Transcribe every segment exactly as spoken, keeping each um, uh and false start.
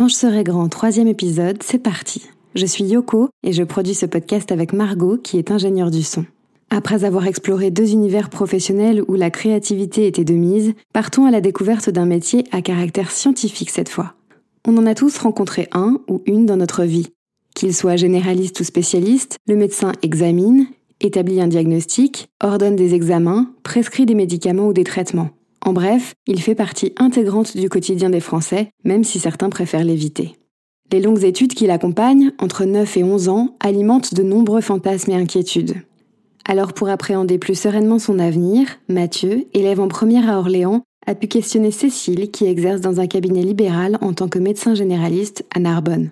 Quand je serai grand, troisième épisode, c'est parti. Je suis Yoko et je produis ce podcast avec Margot qui est ingénieure du son. Après avoir exploré deux univers professionnels où la créativité était de mise, partons à la découverte d'un métier à caractère scientifique cette fois. On en a tous rencontré un ou une dans notre vie. Qu'il soit généraliste ou spécialiste, le médecin examine, établit un diagnostic, ordonne des examens, prescrit des médicaments ou des traitements. En bref, il fait partie intégrante du quotidien des Français, même si certains préfèrent l'éviter. Les longues études qui l'accompagnent, entre neuf et onze ans, alimentent de nombreux fantasmes et inquiétudes. Alors pour appréhender plus sereinement son avenir, Mathieu, élève en première à Orléans, a pu questionner Cécile qui exerce dans un cabinet libéral en tant que médecin généraliste à Narbonne.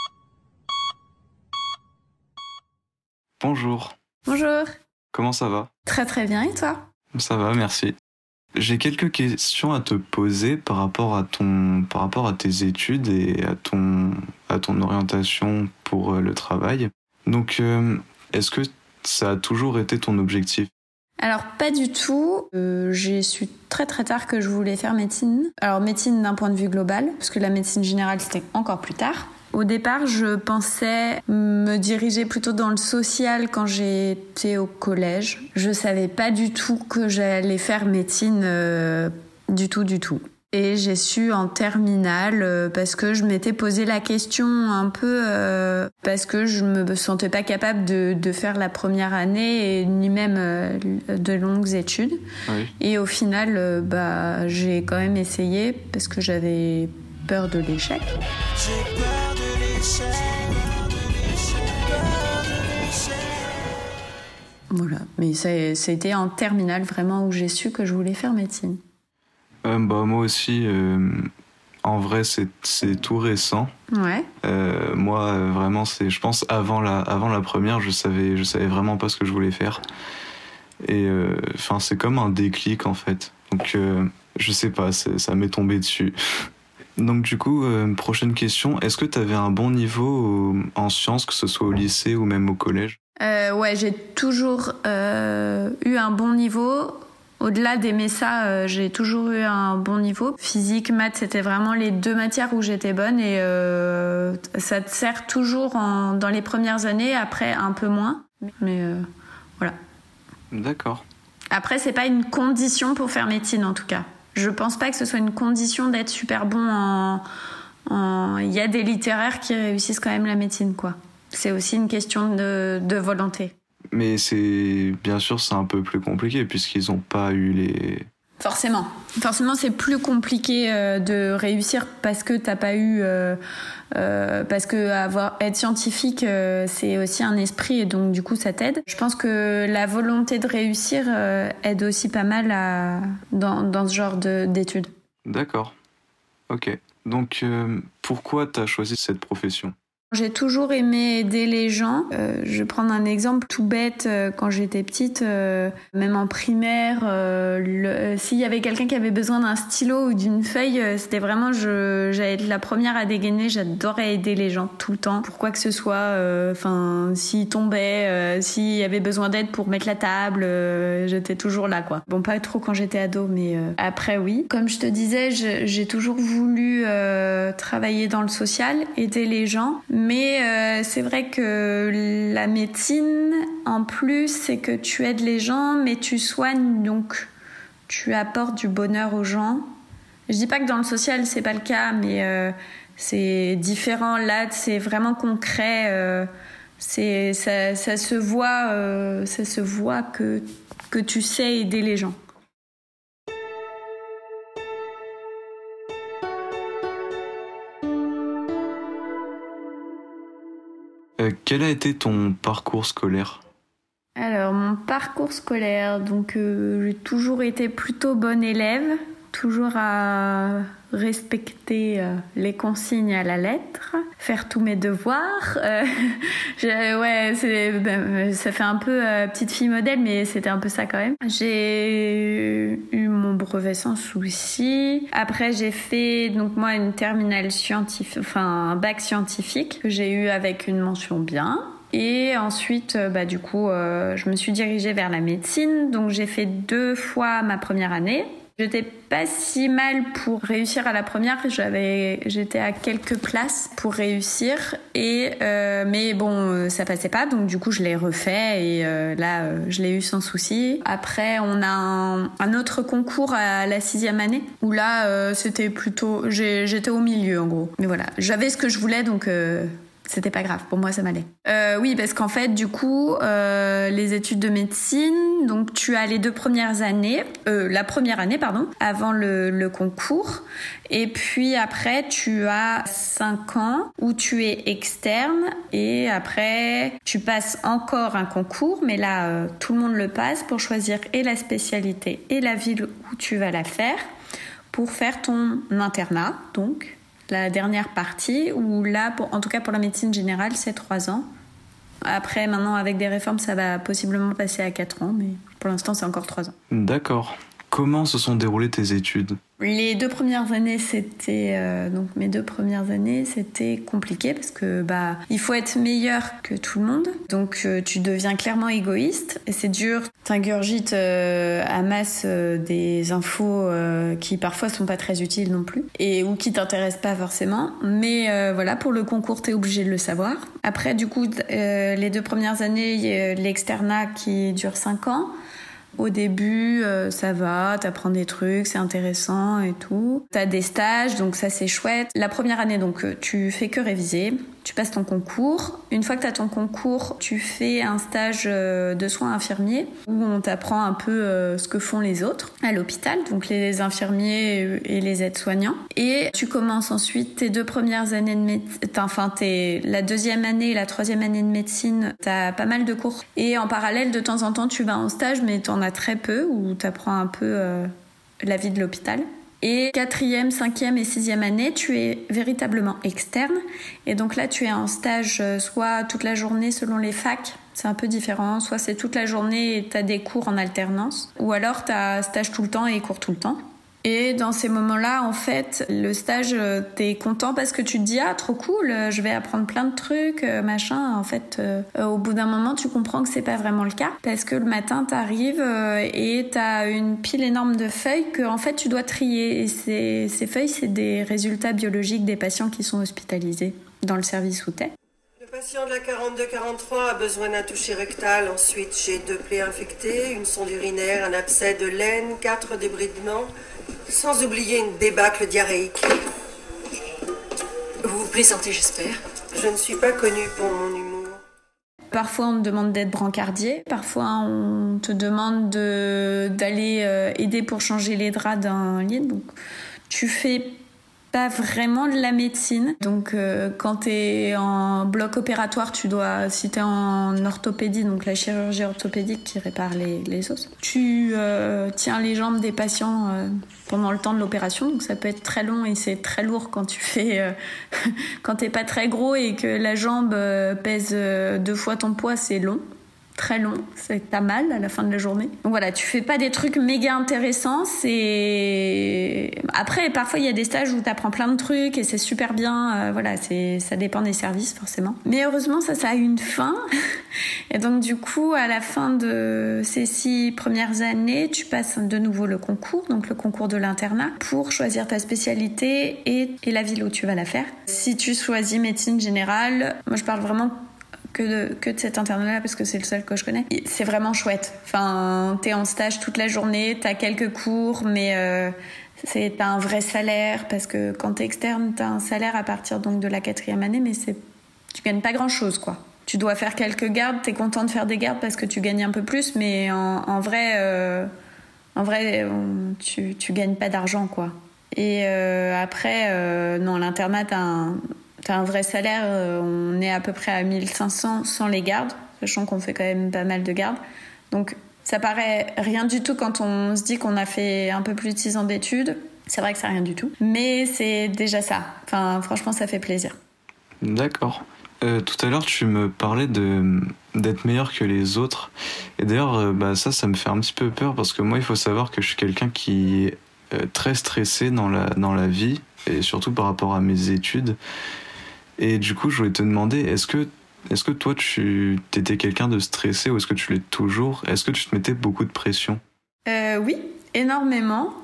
Bonjour. Bonjour. Comment ça va ? Très très bien, et toi ? Ça va, merci. J'ai quelques questions à te poser par rapport à ton, par rapport à tes études et à ton, à ton orientation pour le travail. Donc, euh, est-ce que ça a toujours été ton objectif ? Alors pas du tout. Euh, j'ai su très très tard que je voulais faire médecine. Alors médecine d'un point de vue global, parce que la médecine générale c'était encore plus tard. Au départ, je pensais me diriger plutôt dans le social quand j'étais au collège. Je savais pas du tout que j'allais faire médecine euh, du tout, du tout. Et j'ai su en terminale euh, parce que je m'étais posé la question un peu euh, parce que je me sentais pas capable de, de faire la première année et ni même euh, de longues études. Oui. Et au final, euh, bah, j'ai quand même essayé parce que j'avais peur de l'échec. J'ai peur de l'échec, peur de l'échec, peur de l'échec. Voilà, mais ça, ça a été en terminale vraiment où j'ai su que je voulais faire médecine. Euh, bah, moi aussi, euh, en vrai, c'est, c'est tout récent. Ouais. Euh, moi, euh, vraiment, c'est, je pense, avant la, avant la première, je savais, je savais vraiment pas ce que je voulais faire. Et enfin, euh, c'est comme un déclic, en fait. Donc, euh, je sais pas, ça m'est tombé dessus. Donc du coup, euh, prochaine question, est-ce que tu avais un bon niveau en sciences, que ce soit au lycée ou même au collège ? euh, Ouais, j'ai toujours euh, eu un bon niveau. Au-delà des MESA, euh, j'ai toujours eu un bon niveau. Physique, maths, c'était vraiment les deux matières où j'étais bonne et euh, ça te sert toujours en, dans les premières années, après un peu moins. Mais euh, voilà. D'accord. Après, c'est pas une condition pour faire médecine en tout cas. Je pense pas que ce soit une condition d'être super bon en... en... Il y a des littéraires qui réussissent quand même la médecine, quoi. C'est aussi une question de, de volonté. Mais c'est... Bien sûr, c'est un peu plus compliqué puisqu'ils n'ont pas eu les... Forcément. Forcément, c'est plus compliqué euh, de réussir parce que t'as pas eu... Euh, euh, parce que avoir, être scientifique, euh, c'est aussi un esprit et donc du coup, ça t'aide. Je pense que la volonté de réussir euh, aide aussi pas mal à, dans, dans ce genre de, d'études. D'accord. Ok. Donc, euh, pourquoi t'as choisi cette profession ? J'ai toujours aimé aider les gens. Euh, je vais prendre un exemple tout bête. Euh, quand j'étais petite, euh, même en primaire, euh, le, euh, s'il y avait quelqu'un qui avait besoin d'un stylo ou d'une feuille, euh, c'était vraiment, je, j'allais être la première à dégainer. J'adorais aider les gens tout le temps, pour quoi que ce soit. Enfin, euh, s'ils tombaient, euh, s'il y avait besoin d'aide pour mettre la table, euh, j'étais toujours là, quoi. Bon, pas trop quand j'étais ado, mais euh, après, oui. Comme je te disais, je, j'ai toujours voulu euh, travailler dans le social, aider les gens. Mais euh, c'est vrai que la médecine, en plus, c'est que tu aides les gens, mais tu soignes, donc tu apportes du bonheur aux gens. Je dis pas que dans le social, c'est pas le cas, mais euh, c'est différent. Là, c'est vraiment concret. Euh, c'est, ça, ça se voit, euh, ça se voit que, que tu sais aider les gens. Euh, quel a été ton parcours scolaire ? Alors, mon parcours scolaire, donc euh, j'ai toujours été plutôt bonne élève, toujours à respecter euh, les consignes à la lettre, faire tous mes devoirs. Euh, je, ouais, c'est, ben, ça fait un peu euh, petite fille modèle, mais c'était un peu ça quand même. J'ai eu mon brevet sans souci. Après, j'ai fait donc moi une terminale scientifique, enfin un bac scientifique que j'ai eu avec une mention bien. Et ensuite, bah, du coup, euh, je me suis dirigée vers la médecine. Donc, j'ai fait deux fois ma première année. J'étais pas si mal pour réussir à la première. J'avais, j'étais à quelques places pour réussir. Et euh, mais bon, ça passait pas. Donc du coup, je l'ai refait et euh, là, euh, je l'ai eu sans souci. Après, on a un, un autre concours à la sixième année où là, euh, c'était plutôt, j'ai, j'étais au milieu en gros. Mais voilà, j'avais ce que je voulais, donc. Euh, C'était pas grave, pour moi ça m'allait. Euh, oui, parce qu'en fait, du coup, euh, les études de médecine, donc tu as les deux premières années, euh, la première année, pardon, avant le, le concours. Et puis après, tu as cinq ans où tu es externe. Et après, tu passes encore un concours, mais là, euh, tout le monde le passe pour choisir et la spécialité et la ville où tu vas la faire pour faire ton internat, donc. La dernière partie, où là, pour, en tout cas pour la médecine générale, c'est trois ans. Après, maintenant, avec des réformes, ça va possiblement passer à quatre ans, mais pour l'instant, c'est encore trois ans. D'accord. Comment se sont déroulées tes études ? Les deux premières années, c'était euh, donc mes deux premières années, c'était compliqué parce que bah il faut être meilleur que tout le monde, donc euh, tu deviens clairement égoïste et c'est dur. T'ingurgites euh, à masse euh, des infos euh, qui parfois sont pas très utiles non plus et ou qui t'intéressent pas forcément. Mais euh, voilà, pour le concours, t'es obligé de le savoir. Après, du coup, euh, les deux premières années, il y a l'externat qui dure cinq ans. Au début, euh, ça va, t'apprends des trucs, c'est intéressant et tout. T'as des stages, donc ça c'est chouette. La première année, donc tu fais que réviser, tu passes ton concours. Une fois que t'as ton concours, tu fais un stage de soins infirmiers où on t'apprend un peu euh, ce que font les autres à l'hôpital, donc les infirmiers et les aides-soignants. Et tu commences ensuite tes deux premières années de médecine, enfin t'es la deuxième année et la troisième année de médecine, t'as pas mal de cours. Et en parallèle, de temps en temps, tu vas en stage, mais t'en as très peu, où t'apprends un peu euh, la vie de l'hôpital. Et quatrième, cinquième et sixième année, tu es véritablement externe. Et donc là, tu es en stage euh, soit toute la journée selon les facs, c'est un peu différent, soit c'est toute la journée et t'as des cours en alternance, ou alors t'as stage tout le temps et cours tout le temps. Et dans ces moments-là, en fait, le stage, t'es content parce que tu te dis « Ah, trop cool, je vais apprendre plein de trucs, machin. » En fait, euh, au bout d'un moment, tu comprends que c'est pas vraiment le cas parce que le matin, t'arrives euh, et t'as une pile énorme de feuilles que, en fait, tu dois trier. Et ces, ces feuilles, c'est des résultats biologiques des patients qui sont hospitalisés dans le service où t'es. Le patient de la quarante-deux quarante-trois a besoin d'un toucher rectal. Ensuite, j'ai deux plaies infectées, une sonde urinaire, un abcès de laine, quatre débridements, sans oublier une débâcle diarrhéique. Vous plaisantez, j'espère. Je ne suis pas connue pour mon humour. Parfois, on te demande d'être brancardier. Parfois, on te demande de, d'aller euh, aider pour changer les draps d'un lit. Donc, tu fais pas vraiment de la médecine. Donc, euh, quand t'es en bloc opératoire, tu dois, si t'es en orthopédie, donc la chirurgie orthopédique qui répare les, les os, tu euh, tiens les jambes des patients euh, pendant le temps de l'opération. Donc, ça peut être très long et c'est très lourd quand tu fais, euh, quand t'es pas très gros et que la jambe euh, pèse euh, deux fois ton poids, c'est long. Très long, c'est t'as mal à la fin de la journée. Donc voilà, tu fais pas des trucs méga intéressants, c'est... Après, parfois, il y a des stages où t'apprends plein de trucs et c'est super bien, euh, voilà, c'est... ça dépend des services, forcément. Mais heureusement, ça, ça a une fin. Et donc, du coup, à la fin de ces six premières années, tu passes de nouveau le concours, donc le concours de l'internat, pour choisir ta spécialité et, et la ville où tu vas la faire. Si tu choisis médecine générale, moi, je parle vraiment que de, que de cet internat-là parce que c'est le seul que je connais. C'est vraiment chouette. Enfin, t'es en stage toute la journée, t'as quelques cours, mais euh, c'est, t'as un vrai salaire parce que quand t'es externe, t'as un salaire à partir donc de la quatrième année, mais c'est, tu gagnes pas grand-chose, quoi. Tu dois faire quelques gardes, t'es content de faire des gardes parce que tu gagnes un peu plus, mais en, en vrai, euh, en vrai, on, tu, tu gagnes pas d'argent, quoi. Et euh, après, euh, non, l'internat, t'as un T'as un vrai salaire, on est à peu près à mille cinq cents sans les gardes, sachant qu'on fait quand même pas mal de gardes. Donc ça paraît rien du tout quand on se dit qu'on a fait un peu plus de six ans d'études. C'est vrai que c'est rien du tout, mais c'est déjà ça. Enfin, franchement, ça fait plaisir. D'accord. Euh, tout à l'heure, tu me parlais de, d'être meilleur que les autres. Et d'ailleurs, euh, bah, ça, ça me fait un petit peu peur parce que moi, il faut savoir que je suis quelqu'un qui est euh, très stressé dans la, dans la vie et surtout par rapport à mes études. Et du coup, je voulais te demander, est-ce que, est-ce que toi, tu étais quelqu'un de stressé ou est-ce que tu l'es toujours ? Est-ce que tu te mettais beaucoup de pression ? euh, Oui, énormément.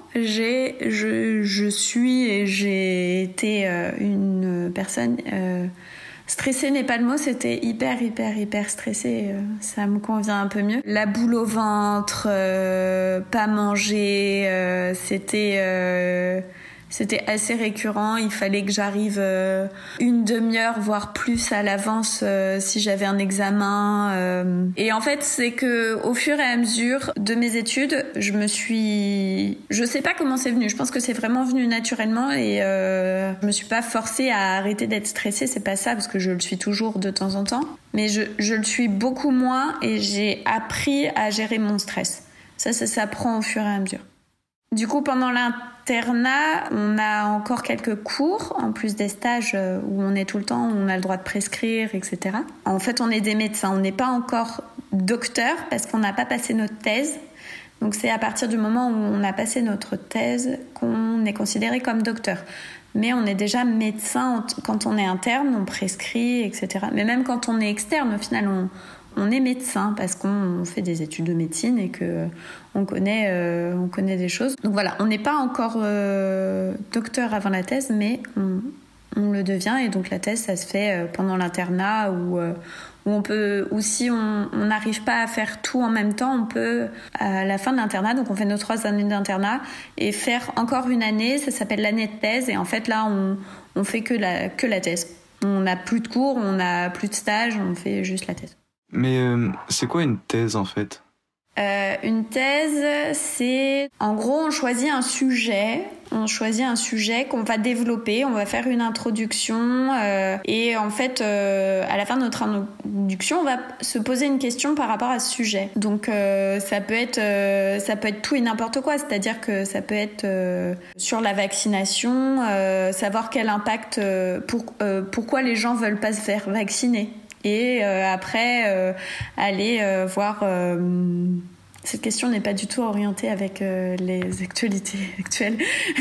j'ai, je, je suis et j'ai été euh, une personne... Euh, stressée n'est pas le mot, c'était hyper, hyper, hyper stressée. Euh, ça me convient un peu mieux. La boule au ventre, euh, pas manger, euh, c'était... Euh, C'était assez récurrent, il fallait que j'arrive euh, une demi-heure, voire plus à l'avance euh, si j'avais un examen. Euh. Et en fait, c'est que au fur et à mesure de mes études, je me suis... Je sais pas comment c'est venu, je pense que c'est vraiment venu naturellement et euh, je me suis pas forcée à arrêter d'être stressée, c'est pas ça, parce que je le suis toujours de temps en temps. Mais je, je le suis beaucoup moins et j'ai appris à gérer mon stress. Ça, ça s'apprend au fur et à mesure. Du coup, pendant l'internat, on a encore quelques cours, en plus des stages où on est tout le temps, où on a le droit de prescrire, et cetera. En fait, on est des médecins, on n'est pas encore docteur parce qu'on n'a pas passé notre thèse. Donc c'est à partir du moment où on a passé notre thèse qu'on est considéré comme docteur. Mais on est déjà médecin quand on est interne, on prescrit, et cetera. Mais même quand on est externe, au final, on... On est médecin parce qu'on fait des études de médecine et qu'on connaît, euh, on connaît des choses. Donc voilà, on n'est pas encore euh, docteur avant la thèse, mais on, on le devient. Et donc la thèse, ça se fait pendant l'internat ou euh, où on peut, ou si on n'arrive pas à faire tout en même temps, on peut, à la fin de l'internat, donc on fait nos trois années d'internat, et faire encore une année, ça s'appelle l'année de thèse. Et en fait là, on, on fait que la, que la thèse. On n'a plus de cours, on n'a plus de stage, on fait juste la thèse. Mais euh, c'est quoi une thèse en fait ? euh, Une thèse, c'est... En gros, on choisit un sujet, on choisit un sujet qu'on va développer, on va faire une introduction euh, et en fait, euh, à la fin de notre introduction, on va se poser une question par rapport à ce sujet. Donc, euh, ça peut être, euh, ça peut être tout et n'importe quoi, c'est-à-dire que ça peut être euh, sur la vaccination, euh, savoir quel impact, euh, pour, euh, pourquoi les gens veulent pas se faire vacciner. Et euh, après, euh, aller euh, voir... Euh, cette question n'est pas du tout orientée avec euh, les actualités actuelles,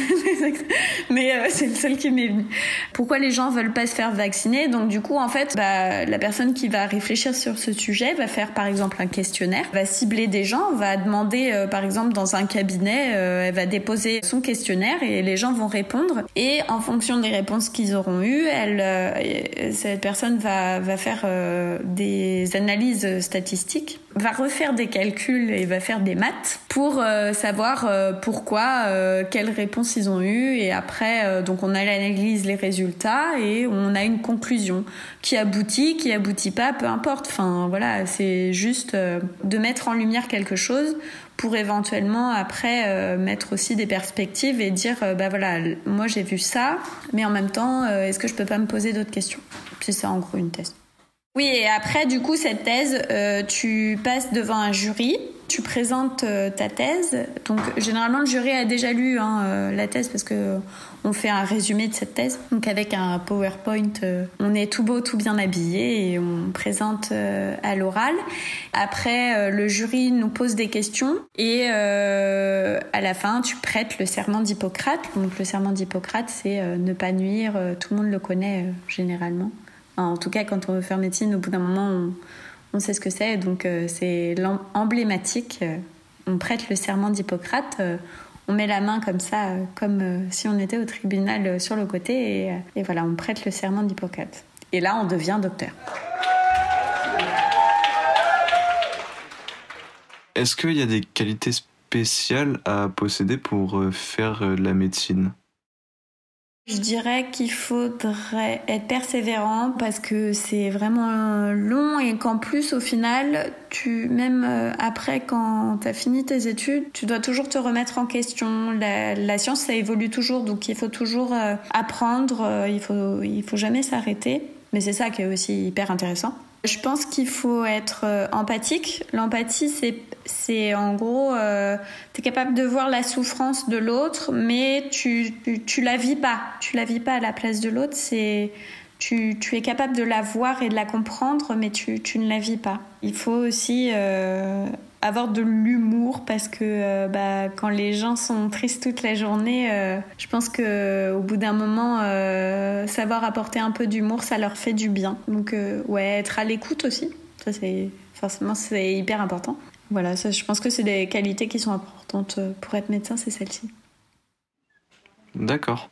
mais euh, c'est celle qui m'est venue. Pourquoi les gens veulent pas se faire vacciner ? Donc du coup, en fait, bah, la personne qui va réfléchir sur ce sujet va faire par exemple un questionnaire, va cibler des gens, va demander euh, par exemple dans un cabinet, euh, elle va déposer son questionnaire et les gens vont répondre. Et en fonction des réponses qu'ils auront eues, elle, euh, cette personne va, va faire euh, des analyses statistiques, va refaire des calculs et va faire des maths pour euh, savoir euh, pourquoi, euh, quelles réponses ils ont eues. Et après, euh, donc on analyse les résultats et on a une conclusion qui aboutit, qui aboutit pas, peu importe. Enfin voilà, c'est juste euh, de mettre en lumière quelque chose pour éventuellement après euh, mettre aussi des perspectives et dire euh, bah voilà, moi j'ai vu ça, mais en même temps, euh, est-ce que je peux pas me poser d'autres questions ? C'est ça en gros une thèse. Oui, et après, du coup, cette thèse, euh, tu passes devant un jury, tu présentes euh, ta thèse. Donc, généralement, le jury a déjà lu hein, euh, la thèse parce que on fait un résumé de cette thèse. Donc, avec un PowerPoint, euh, on est tout beau, tout bien habillé et on présente euh, à l'oral. Après, euh, le jury nous pose des questions et euh, à la fin, tu prêtes le serment d'Hippocrate. Donc, le serment d'Hippocrate, c'est euh, ne pas nuire. Euh, tout le monde le connaît euh, généralement. En tout cas, quand on veut faire médecine, au bout d'un moment, on, on sait ce que c'est. Donc, euh, c'est emblématique. On prête le serment d'Hippocrate. Euh, on met la main comme ça, euh, comme euh, si on était au tribunal euh, sur le côté. Et, euh, et voilà, on prête le serment d'Hippocrate. Et là, on devient docteur. Est-ce qu'il y a des qualités spéciales à posséder pour euh, faire euh, de la médecine ? Je dirais qu'il faudrait être persévérant parce que c'est vraiment long et qu'en plus, au final, tu, même après, quand tu as fini tes études, tu dois toujours te remettre en question. La, la science, ça évolue toujours, donc il faut toujours apprendre, il faut, il faut jamais s'arrêter. Mais c'est ça qui est aussi hyper intéressant. Je pense qu'il faut être euh, empathique. L'empathie, c'est, c'est en gros, euh, t'es capable de voir la souffrance de l'autre, mais tu, tu, tu la vis pas. Tu la vis pas à la place de l'autre. C'est, tu, tu es capable de la voir et de la comprendre, mais tu, tu ne la vis pas. Il faut aussi euh, avoir de l'humour parce que euh, bah, quand les gens sont tristes toute la journée, euh, je pense que au bout d'un moment, euh, savoir apporter un peu d'humour, ça leur fait du bien. Donc euh, ouais, être à l'écoute aussi, ça c'est forcément c'est hyper important. Voilà, ça, je pense que c'est des qualités qui sont importantes pour être médecin, c'est celle-ci. D'accord.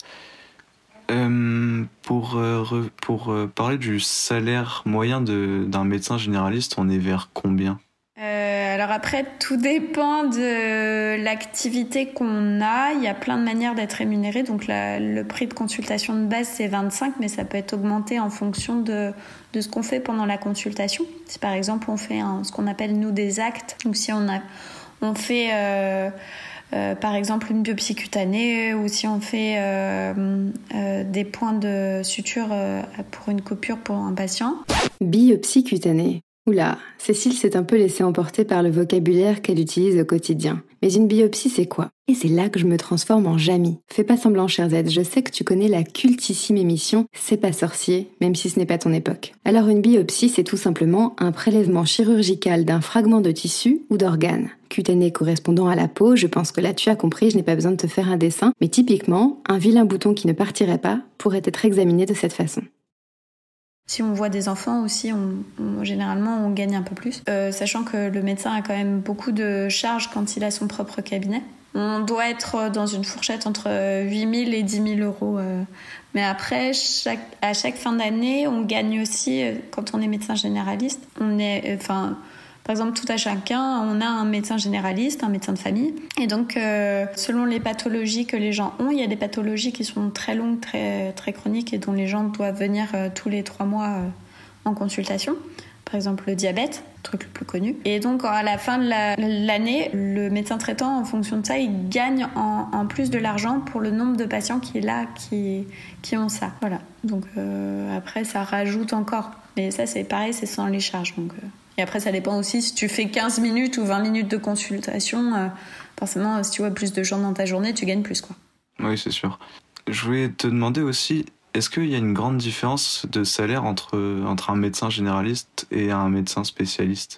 Euh, pour euh, re- pour euh, parler du salaire moyen de, d'un médecin généraliste, on est vers combien? Euh, alors après, tout dépend de l'activité qu'on a. Il y a plein de manières d'être rémunéré. Donc la- le prix de consultation de base, c'est vingt-cinq, mais ça peut être augmenté en fonction de, de ce qu'on fait pendant la consultation. Si par exemple on fait un- ce qu'on appelle nous des actes, ou si on, a, on fait euh, euh, par exemple une biopsie cutanée, ou si on fait euh, euh, des points de suture euh, pour une coupure pour un patient. Biopsie cutanée. Oula, Cécile s'est un peu laissée emporter par le vocabulaire qu'elle utilise au quotidien. Mais une biopsie, c'est quoi? Et c'est là que je me transforme en Jamie. Fais pas semblant, cher Z, je sais que tu connais la cultissime émission C'est pas sorcier, même si ce n'est pas ton époque. Alors une biopsie, c'est tout simplement un prélèvement chirurgical d'un fragment de tissu ou d'organe. Cutané correspondant à la peau, je pense que là tu as compris, je n'ai pas besoin de te faire un dessin, mais typiquement, un vilain bouton qui ne partirait pas pourrait être examiné de cette façon. Si on voit des enfants aussi, on, on, généralement, on gagne un peu plus. Euh, sachant que le médecin a quand même beaucoup de charges quand il a son propre cabinet. On doit être dans une fourchette entre huit mille et dix mille euros. Euh. Mais après, chaque, à chaque fin d'année, on gagne aussi, quand on est médecin généraliste, on est... Enfin, par exemple, tout à chacun, on a un médecin généraliste, un médecin de famille. Et donc, euh, selon les pathologies que les gens ont, il y a des pathologies qui sont très longues, très, très chroniques et dont les gens doivent venir euh, tous les trois mois euh, en consultation. Par exemple, le diabète, le truc le plus connu. Et donc, à la fin de la, l'année, le médecin traitant, en fonction de ça, il gagne en, en plus de l'argent pour le nombre de patients qu'il a qui, qui ont ça. Voilà. Donc, euh, après, ça rajoute encore. Mais ça, c'est pareil, c'est sans les charges. Donc... Euh... Et après, ça dépend aussi si tu fais quinze minutes ou vingt minutes de consultation. Euh, forcément, si tu vois plus de gens dans ta journée, tu gagnes plus, quoi. Oui, c'est sûr. Je voulais te demander aussi, est-ce qu'il y a une grande différence de salaire entre, entre un médecin généraliste et un médecin spécialiste?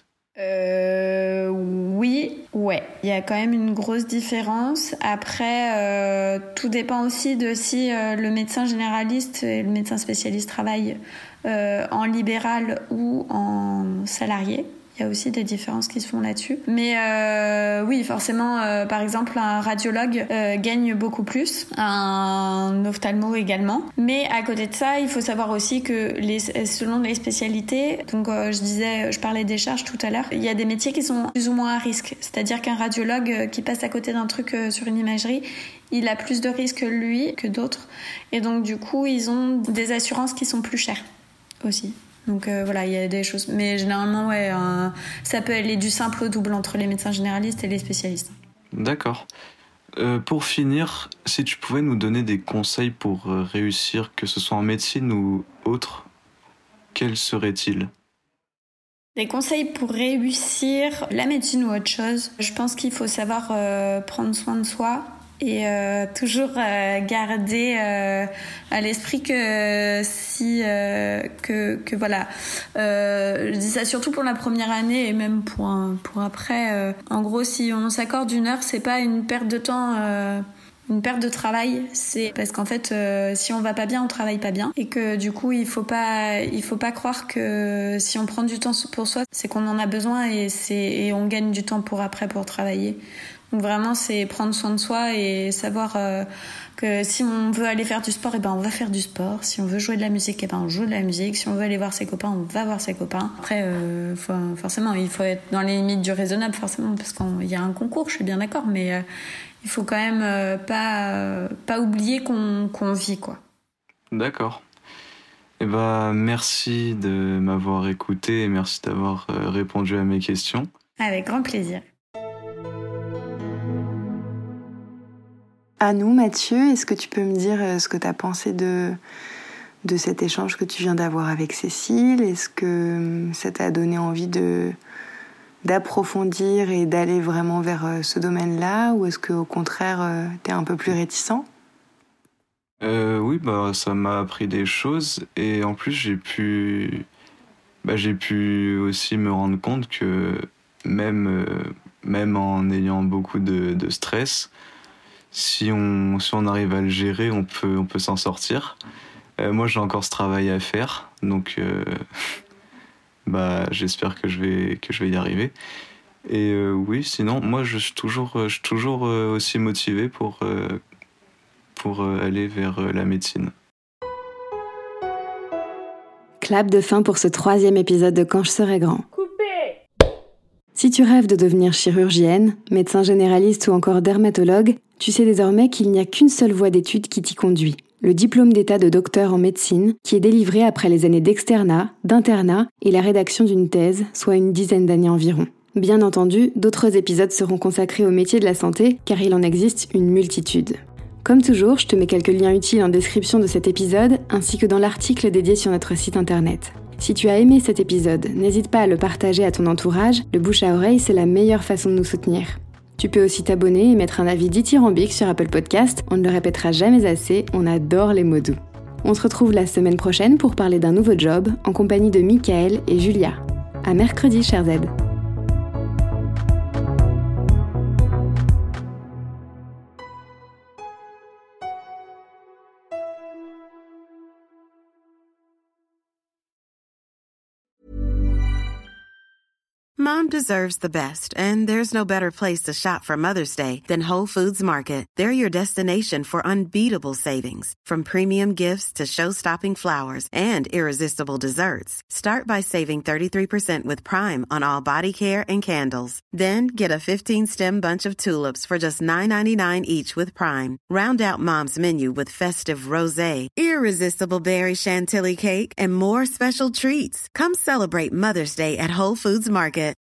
Euh, oui, ouais. Il y a quand même une grosse différence. Après, euh, tout dépend aussi de si euh, le médecin généraliste et le médecin spécialiste travaillent euh, en libéral ou en salarié. Il y a aussi des différences qui se font là-dessus. Mais euh, oui, forcément, euh, par exemple, un radiologue euh, gagne beaucoup plus, un ophtalmo également. Mais à côté de ça, il faut savoir aussi que les, selon les spécialités, donc euh, je disais, je parlais des charges tout à l'heure, il y a des métiers qui sont plus ou moins à risque. C'est-à-dire qu'un radiologue euh, qui passe à côté d'un truc euh, sur une imagerie, il a plus de risques lui que d'autres. Et donc du coup, ils ont des assurances qui sont plus chères aussi. Donc euh, voilà, il y a des choses. Mais généralement, ouais, euh, ça peut aller du simple au double entre les médecins généralistes et les spécialistes. D'accord. Euh, pour finir, si tu pouvais nous donner des conseils pour euh, réussir, que ce soit en médecine ou autre, quels seraient-ils ? Des conseils pour réussir la médecine ou autre chose. Je pense qu'il faut savoir euh, prendre soin de soi. Et euh, toujours euh, garder euh, à l'esprit que si euh, que que voilà euh, je dis ça surtout pour la première année et même pour un, pour après euh, en gros si on s'accorde une heure c'est pas une perte de temps euh, une perte de travail, c'est parce qu'en fait euh, si on va pas bien on travaille pas bien et que du coup il faut pas il faut pas croire que si on prend du temps pour soi c'est qu'on en a besoin et c'est et on gagne du temps pour après pour travailler. Donc vraiment, c'est prendre soin de soi et savoir euh, que si on veut aller faire du sport, eh ben on va faire du sport. Si on veut jouer de la musique, eh ben on joue de la musique. Si on veut aller voir ses copains, on va voir ses copains. Après, euh, faut, forcément, il faut être dans les limites du raisonnable, forcément, parce qu'il y a un concours, je suis bien d'accord, mais euh, il faut quand même euh, pas, euh, pas oublier qu'on, qu'on vit, quoi. D'accord. Eh ben, merci de m'avoir écouté et merci d'avoir euh, répondu à mes questions. Avec grand plaisir. À nous, Mathieu, est-ce que tu peux me dire ce que tu as pensé de, de cet échange que tu viens d'avoir avec Cécile ? Est-ce que ça t'a donné envie de, d'approfondir et d'aller vraiment vers ce domaine-là ? Ou est-ce qu'au contraire, t'es un peu plus réticent ? euh, Oui, bah, ça m'a appris des choses et en plus, j'ai pu, bah, j'ai pu aussi me rendre compte que même, euh, même en ayant beaucoup de, de stress, Si on, si on arrive à le gérer, on peut, on peut s'en sortir. Euh, moi, j'ai encore ce travail à faire, donc euh, bah, j'espère que je vais, que je vais y arriver. Et euh, oui, sinon, moi, je suis toujours, je suis toujours euh, aussi motivé pour, euh, pour pour euh, aller vers euh, la médecine. Clap de fin pour ce troisième épisode de Quand je serai grand. Coupé. Si tu rêves de devenir chirurgienne, médecin généraliste ou encore dermatologue, tu sais désormais qu'il n'y a qu'une seule voie d'études qui t'y conduit. Le diplôme d'état de docteur en médecine, qui est délivré après les années d'externat, d'internat et la rédaction d'une thèse, soit une dizaine d'années environ. Bien entendu, d'autres épisodes seront consacrés au métier de la santé, car il en existe une multitude. Comme toujours, je te mets quelques liens utiles en description de cet épisode, ainsi que dans l'article dédié sur notre site internet. Si tu as aimé cet épisode, n'hésite pas à le partager à ton entourage, le bouche à oreille, c'est la meilleure façon de nous soutenir. Tu peux aussi t'abonner et mettre un avis dithyrambique sur Apple Podcast, on ne le répétera jamais assez, on adore les mots doux. On se retrouve la semaine prochaine pour parler d'un nouveau job, en compagnie de Michael et Julia. À mercredi, chers Z. Mom deserves the best, and there's no better place to shop for Mother's Day than Whole Foods Market. They're your destination for unbeatable savings, from premium gifts to show-stopping flowers and irresistible desserts. Start by saving thirty-three percent with Prime on all body care and candles. Then get a fifteen-stem bunch of tulips for just nine ninety-nine each with Prime. Round out Mom's menu with festive rosé, irresistible berry chantilly cake, and more special treats. Come celebrate Mother's Day at Whole Foods Market.